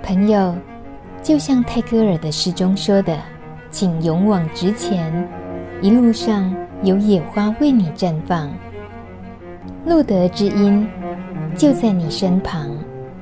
朋友，就像泰戈尔的诗中说的，请勇往直前，一路上有野花为你绽放。路德之音就在你身旁。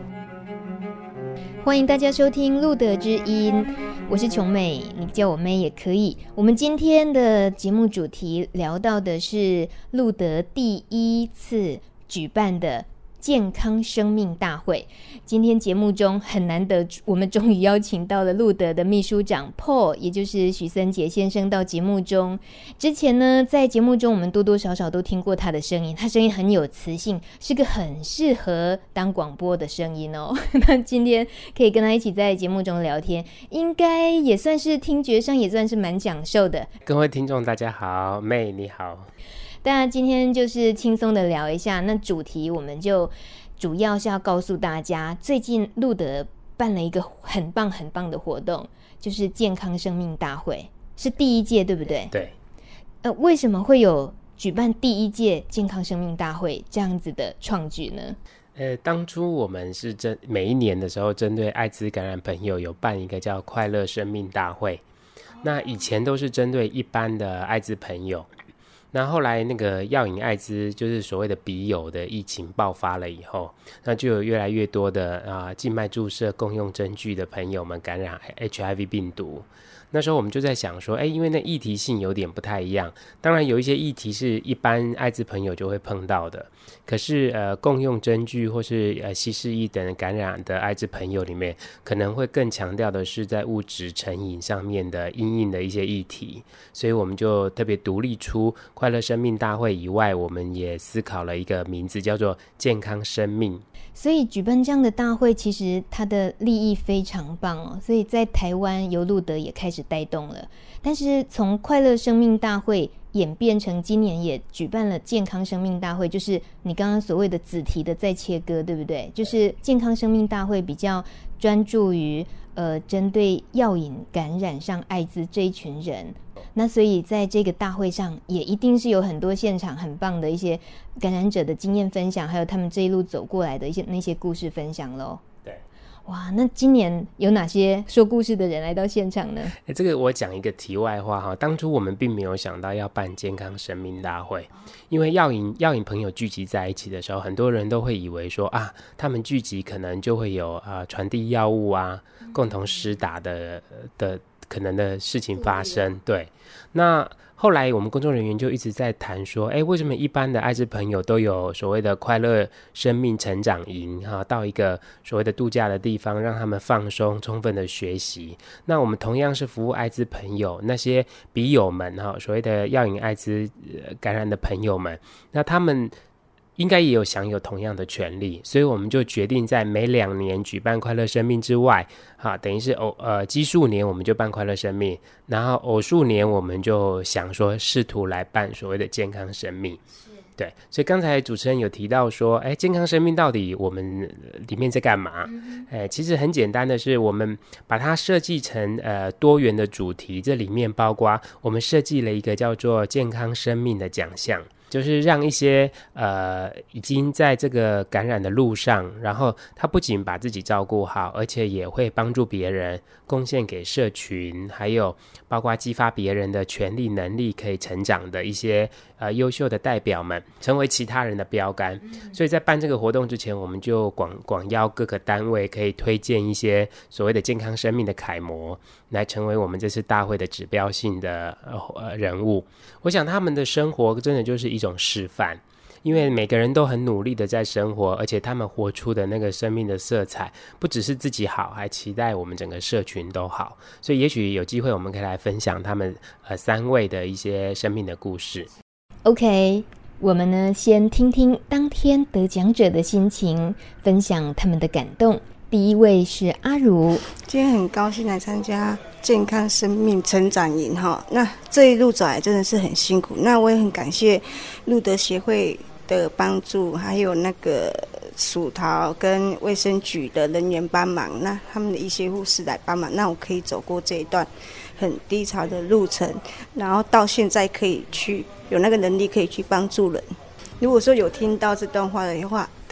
欢迎大家收听路德之音，我是琼美，你叫我妹也可以。我们今天的节目主题聊到的是路德第一次举办的健康生命大会。今天节目中很难得，我们终于邀请到了路德的秘书长 Paul， 也就是许森杰先生到节目中。之前呢，在节目中我们多多少少都听过他的声音，他声音很有磁性，是个很适合当广播的声音哦。那今天可以跟他一起在节目中聊天，应该也算是听觉上也算是蛮享受的。 各位听众大家好，妹你好。 当然今天就是轻松的聊一下，那主题我们就主要是要告诉大家，最近路德办了一个很棒很棒的活动，就是健康生命大会，是第一届对不对？ 对。 为什么会有举办第一届健康生命大会这样子的创举呢？ 当初我们是每一年的时候针对艾滋感染朋友有办一个叫快乐生命大会，那以前都是针对一般的艾滋朋友，那后来那个药瘾艾滋就是所谓的笔友的疫情爆发了以后，那就有越来越多的静脉注射共用针具的朋友们感染 HIV 病毒。那时候我们就在想说，因为那议题性有点不太一样，当然有一些议题是一般艾滋朋友就会碰到的，可是共用针具或是稀释液等感染的艾滋朋友里面，可能会更强调的是在物质成瘾上面的因应的一些议题，所以我们就特别独立出快乐生命大会以外，我们也思考了一个名字叫做健康生命。 所以举办这样的大会其实它的利益非常棒哦，所以在台湾由路德也开始带动了。但是从快乐生命大会演变成今年也举办了健康生命大会，就是你刚刚所谓的子题的再切割，对不对？就是健康生命大会比较专注于针对药瘾感染上艾滋这一群人，那所以在这个大会上也一定是有很多现场很棒的一些感染者的经验分享，还有他们这一路走过来的那些故事分享咯。 对， 哇，那今年有哪些说故事的人来到现场呢？ 这个我讲一个题外话哈，当初我们并没有想到要办健康生命大会，因为药瘾朋友聚集在一起的时候，很多人都会以为说他们聚集可能就会有传递药物共同施打的可能的事情发生。对，那后来我们工作人员就一直在谈说，为什么一般的艾滋朋友都有所谓的快乐生命成长营到一个所谓的度假的地方，让他们放松充分的学习。那我们同样是服务艾滋朋友，那些笔友们所谓的药瘾艾滋感染的朋友们，那他们应该也有享有同样的权利，所以我们就决定在每2年举办快乐生命之外，等于是奇数年我们就办快乐生命，然后偶数年我们就想说试图来办所谓的健康生命。对，所以刚才主持人有提到说，健康生命到底我们里面在干嘛？其实很简单的是，我们把它设计成多元的主题，这里面包括我们设计了一个叫做健康生命的奖项，就是让一些已经在这个感染的路上，然后他不仅把自己照顾好，而且也会帮助别人，贡献给社群，还有包括激发别人的权利能力可以成长的一些优秀的代表们，成为其他人的标杆。所以在办这个活动之前，我们就广邀各个单位可以推荐一些所谓的健康生命的楷模，来成为我们这次大会的指标性的人物。我想他们的生活真的就是一种示范，因为每个人都很努力的在生活，而且他们活出的那个生命的色彩不只是自己好，还期待我们整个社群都好。所以也许有机会我们可以来分享他们3位的一些生命的故事。 OK， 我们呢先听听当天得奖者的心情，分享他们的感动。第一位是阿如。 今天很高兴来参加健康生命成长营那这一路走来真的是很辛苦，那我也很感谢路德协会的帮助，还有那个属桃跟卫生局的人员帮忙，那他们的一些护士来帮忙，那我可以走过这一段很低潮的路程，然后到现在可以去有那个能力可以去帮助人。如果说有听到这段话的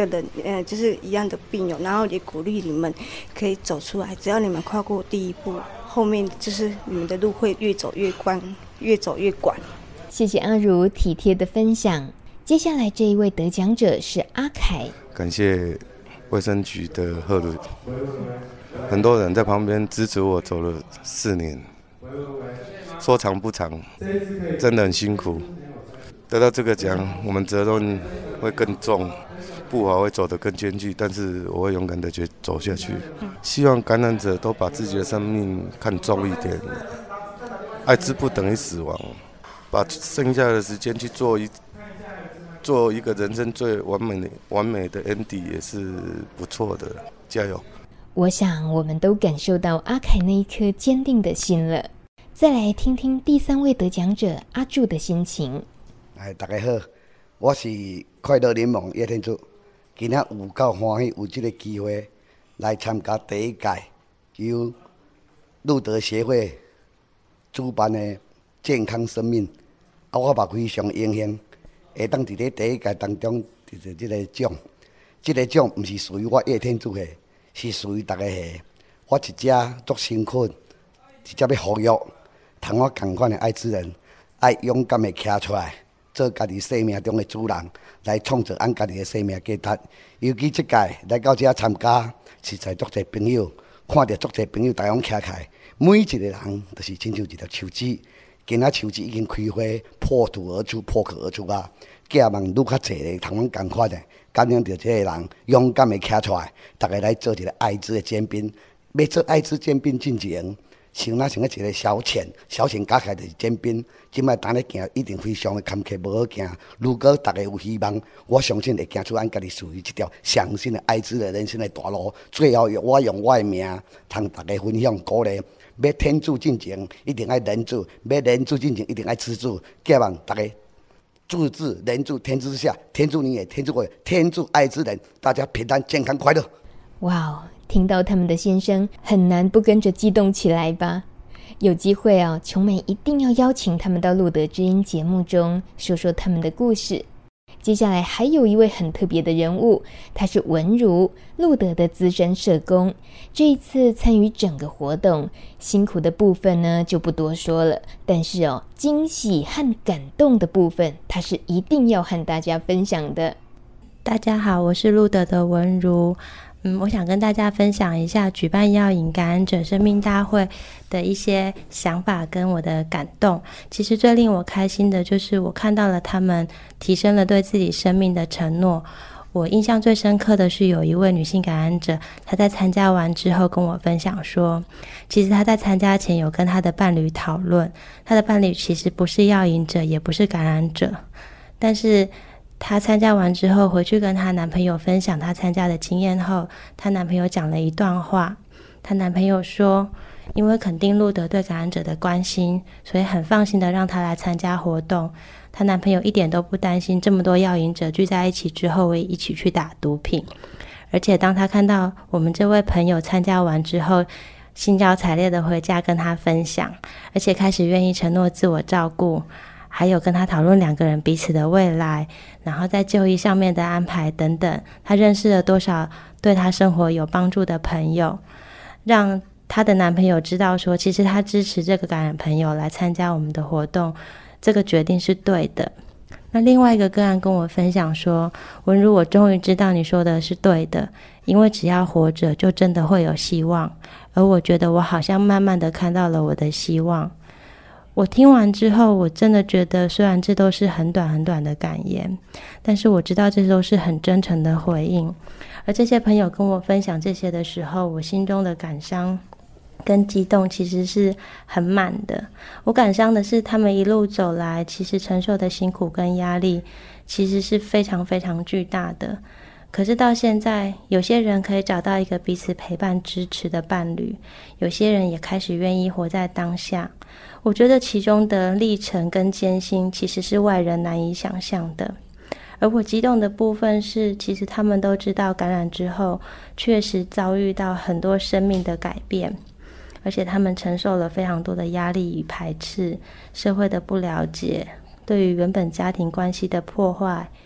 的人，就是一样的病友，然后也鼓励你们可以走出来。只要你们跨过第一步，后面就是你们的路会越走越宽，越走越广。 谢谢阿如体贴的分享。接下来这一位得奖者是阿凯。 感谢卫生局的贺伦，很多人在旁边支持我走了4年，说长不长，真的很辛苦。得到这个奖，我们责任会更重，步伐会走得更艰巨，但是我会勇敢的走下去。希望感染者都把自己的生命看重一点，艾滋不等于死亡，把剩下的时间去做一个人生最完美的 ending 也是不错的，加油！ 我想我们都感受到阿凯那一颗坚定的心了。再来听听第3位得奖者阿柱的心情。 大家好，我是快乐联盟叶天柱，今天有够欢喜有这个机会来参加第1届由路德协会主办的健康生命，我嘛非常荣幸，会当伫咧第1届当中得到这个奖。这个奖不是属于我叶天柱的，是属于大家的。我一只足辛苦，一只要服务，同我同款的爱之人，爱勇敢的站出来。做家己生命中的主人，来创造俺家己的生命价值。尤其这届来到这参加，实在足侪朋友，看到足侪朋友大家徛起来，每一个人都是亲像一条树枝，今仔树枝已经开花，破土而出，破壳而出啊！寄望愈较侪的同阮同款的，感染到这个人勇敢的站出来，大家来做一个艾滋的尖兵。要做艾滋尖兵进前，像一个小钱加起来就是尖兵。即摆当咧行，一定非常的坎坷，无好行。如果大家有希望，我相信会行出咱家己属于一条上新的艾滋的人生的大路。最后，我用我的名，同大家分享鼓励。要天主进前，一定要人主；要人主进前，一定要知主。希望大家助志人助，天之下，天助你也，天助我也，天助艾滋人，大家平安、健康、快乐。 哇哦！听到他们的心声，很难不跟着激动起来吧？有机会啊，琼美一定要邀请他们到路德之音节目中说说他们的故事。接下来还有一位很特别的人物，他是文如，路德的资深社工。这一次参与整个活动，辛苦的部分呢就不多说了，但是惊喜和感动的部分，他是一定要和大家分享的。 大家好，我是路德的文如。我想跟大家分享一下举办药瘾感染者生命大会的一些想法跟我的感动。其实最令我开心的就是我看到了他们提升了对自己生命的承诺。我印象最深刻的是有一位女性感染者，她在参加完之后跟我分享说，其实她在参加前有跟她的伴侣讨论，她的伴侣其实不是药瘾者，也不是感染者，但是她参加完之后回去跟她男朋友分享她参加的经验后，她男朋友讲了一段话。她男朋友说，因为肯定路德对感染者的关心，所以很放心的让她来参加活动。她男朋友一点都不担心这么多药瘾者聚在一起之后会一起去打毒品。而且当她看到我们这位朋友参加完之后，兴高采烈的回家跟她分享，而且开始愿意承诺自我照顾，还有跟他讨论2个人彼此的未来，然后在就医上面的安排等等。他认识了多少对他生活有帮助的朋友，让他的男朋友知道说，其实他支持这个感染朋友来参加我们的活动，这个决定是对的。那另外一个个案跟我分享说，文如，我终于知道你说的是对的，因为只要活着就真的会有希望，而我觉得我好像慢慢的看到了我的希望。我听完之后，我真的觉得虽然这都是很短很短的感言，但是我知道这都是很真诚的回应。而这些朋友跟我分享这些的时候，我心中的感伤跟激动其实是很满的。我感伤的是他们一路走来其实承受的辛苦跟压力其实是非常非常巨大的。可是到现在，有些人可以找到一个彼此陪伴支持的伴侣，有些人也开始愿意活在当下。我觉得其中的历程跟艰辛其实是外人难以想象的。而我激动的部分是，其实他们都知道感染之后确实遭遇到很多生命的改变，而且他们承受了非常多的压力与排斥，社会的不了解，对于原本家庭关系的破坏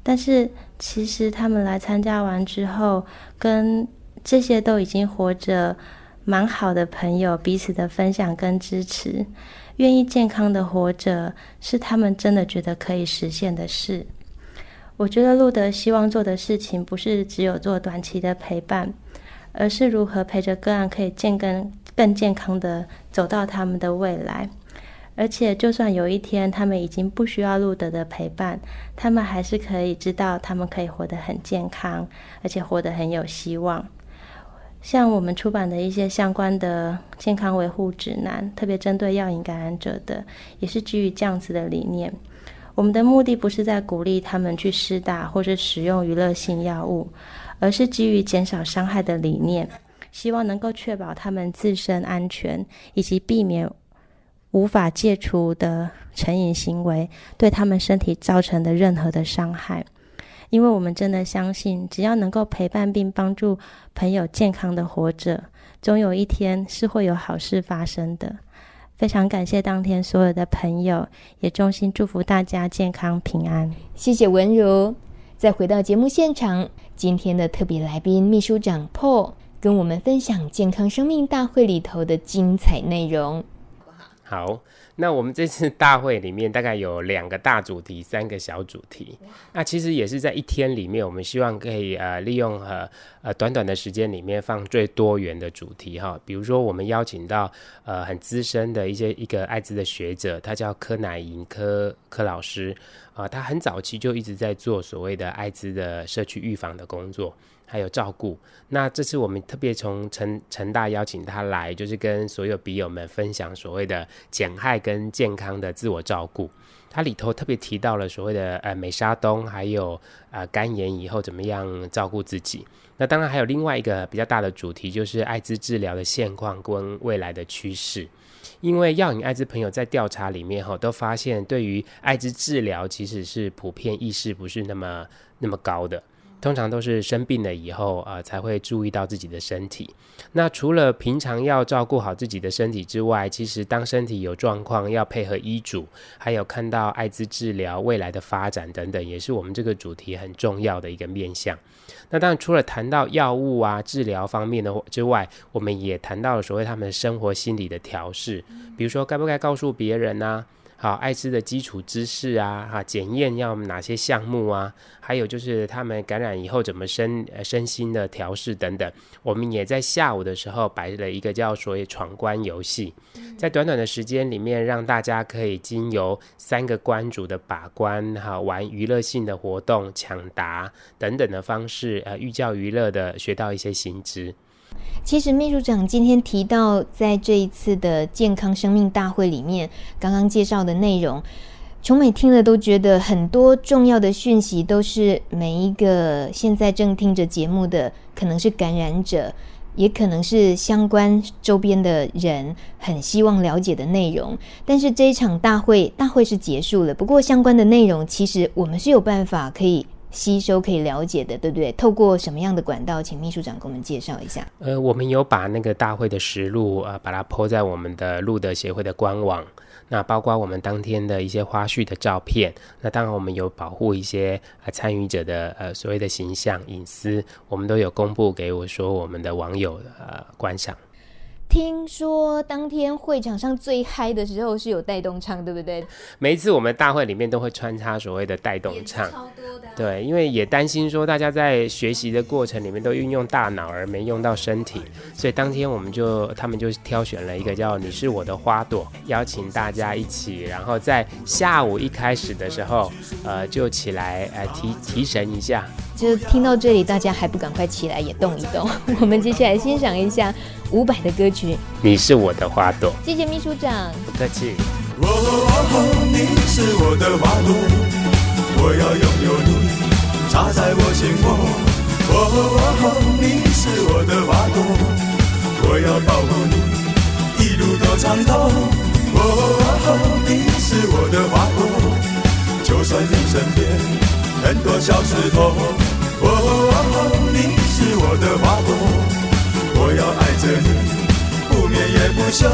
但是其实他们来参加完之后，跟这些都已经活着蛮好的朋友彼此的分享跟支持，愿意健康的活着，是他们真的觉得可以实现的事。我觉得路德希望做的事情不是只有做短期的陪伴，而是如何陪着个案可以更健康的走到他们的未来。而且就算有一天他们已经不需要路德的陪伴，他们还是可以知道他们可以活得很健康，而且活得很有希望。像我们出版的一些相关的健康维护指南，特别针对药瘾感染者的，也是基于这样子的理念。我们的目的不是在鼓励他们去施打或者使用娱乐性药物，而是基于减少伤害的理念，希望能够确保他们自身安全，以及避免无法戒除的成瘾行为对他们身体造成的任何的伤害。因为我们真的相信，只要能够陪伴并帮助朋友健康的活着，总有一天是会有好事发生的。非常感谢当天所有的朋友，也衷心祝福大家健康平安。 谢谢文如。再回到节目现场，今天的特别来宾秘书长 Paul 跟我们分享健康生命大会里头的精彩内容。 好，那我们这次大会里面大概有2个大主题，3个小主题。那其实也是在一天里面，我们希望可以利用短短的时间里面放最多元的主题哈。比如说我们邀请到很资深的一个艾滋的学者，他叫柯乃莹柯老师他很早期就一直在做所谓的艾滋的社区预防的工作，还有照顾。那这次我们特别从成大邀请他来，就是跟所有笔友们分享所谓的减害跟健康的自我照顾。他里头特别提到了所谓的美沙酮，还有肝炎以后怎么样照顾自己。那当然还有另外一个比较大的主题，就是艾滋治疗的现况跟未来的趋势。因为药瘾艾滋朋友在调查里面都发现，对于艾滋治疗其实是普遍意识不是那么高的，通常都是生病了以后才会注意到自己的身体。那除了平常要照顾好自己的身体之外，其实当身体有状况要配合医嘱，还有看到艾滋治疗未来的发展等等，也是我们这个主题很重要的一个面向。那当然除了谈到药物治疗方面的之外，我们也谈到了所谓他们生活心理的调试，比如说该不该告诉别人好，艾滋的基础知识检验要哪些项目还有就是他们感染以后怎么身心的调试等等。我们也在下午的时候摆了一个叫所谓闯关游戏，在短短的时间里面让大家可以经由3个关主的把关玩娱乐性的活动、抢答等等的方式寓教于乐的学到一些新知。 其实秘书长今天提到在这一次的健康生命大会里面刚刚介绍的内容，琼美听了都觉得很多重要的讯息都是每一个现在正听着节目的，可能是感染者，也可能是相关周边的人很希望了解的内容。但是这一场大会是结束了，不过相关的内容其实我们是有办法可以吸收可以了解的，对不对？透过什么样的管道，请秘书长给我们介绍一下。 我们有把那个大会的实录把它 po 在我们的路德协会的官网，那包括我们当天的一些花絮的照片。那当然我们有保护一些参与者的所谓的形象隐私，我们都有公布给我们的网友观赏。 听说当天会场上最嗨的时候是有带动唱，对不对？ 每一次我们大会里面都会穿插所谓的带动唱， 超多的对，因为也担心说大家在学习的过程里面都运用大脑而没用到身体，所以当天他们就挑选了一个叫你是我的花朵，邀请大家一起，然后在下午一开始的时候就起来提神一下。 就听到这里大家还不赶快起来也动一动。我们接下来欣赏一下伍佰的歌曲你是我的花朵。 谢谢秘书长。 不客气。 你是我的花朵，我要拥有你插在我心窝。你是我的花朵，我要保护你一路到长头。你是我的花朵，就算你身边很多小石头。你是我的花朵，我要爱着你不眠也不休。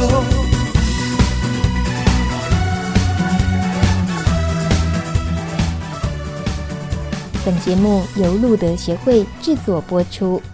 本节目由路德协会制作播出。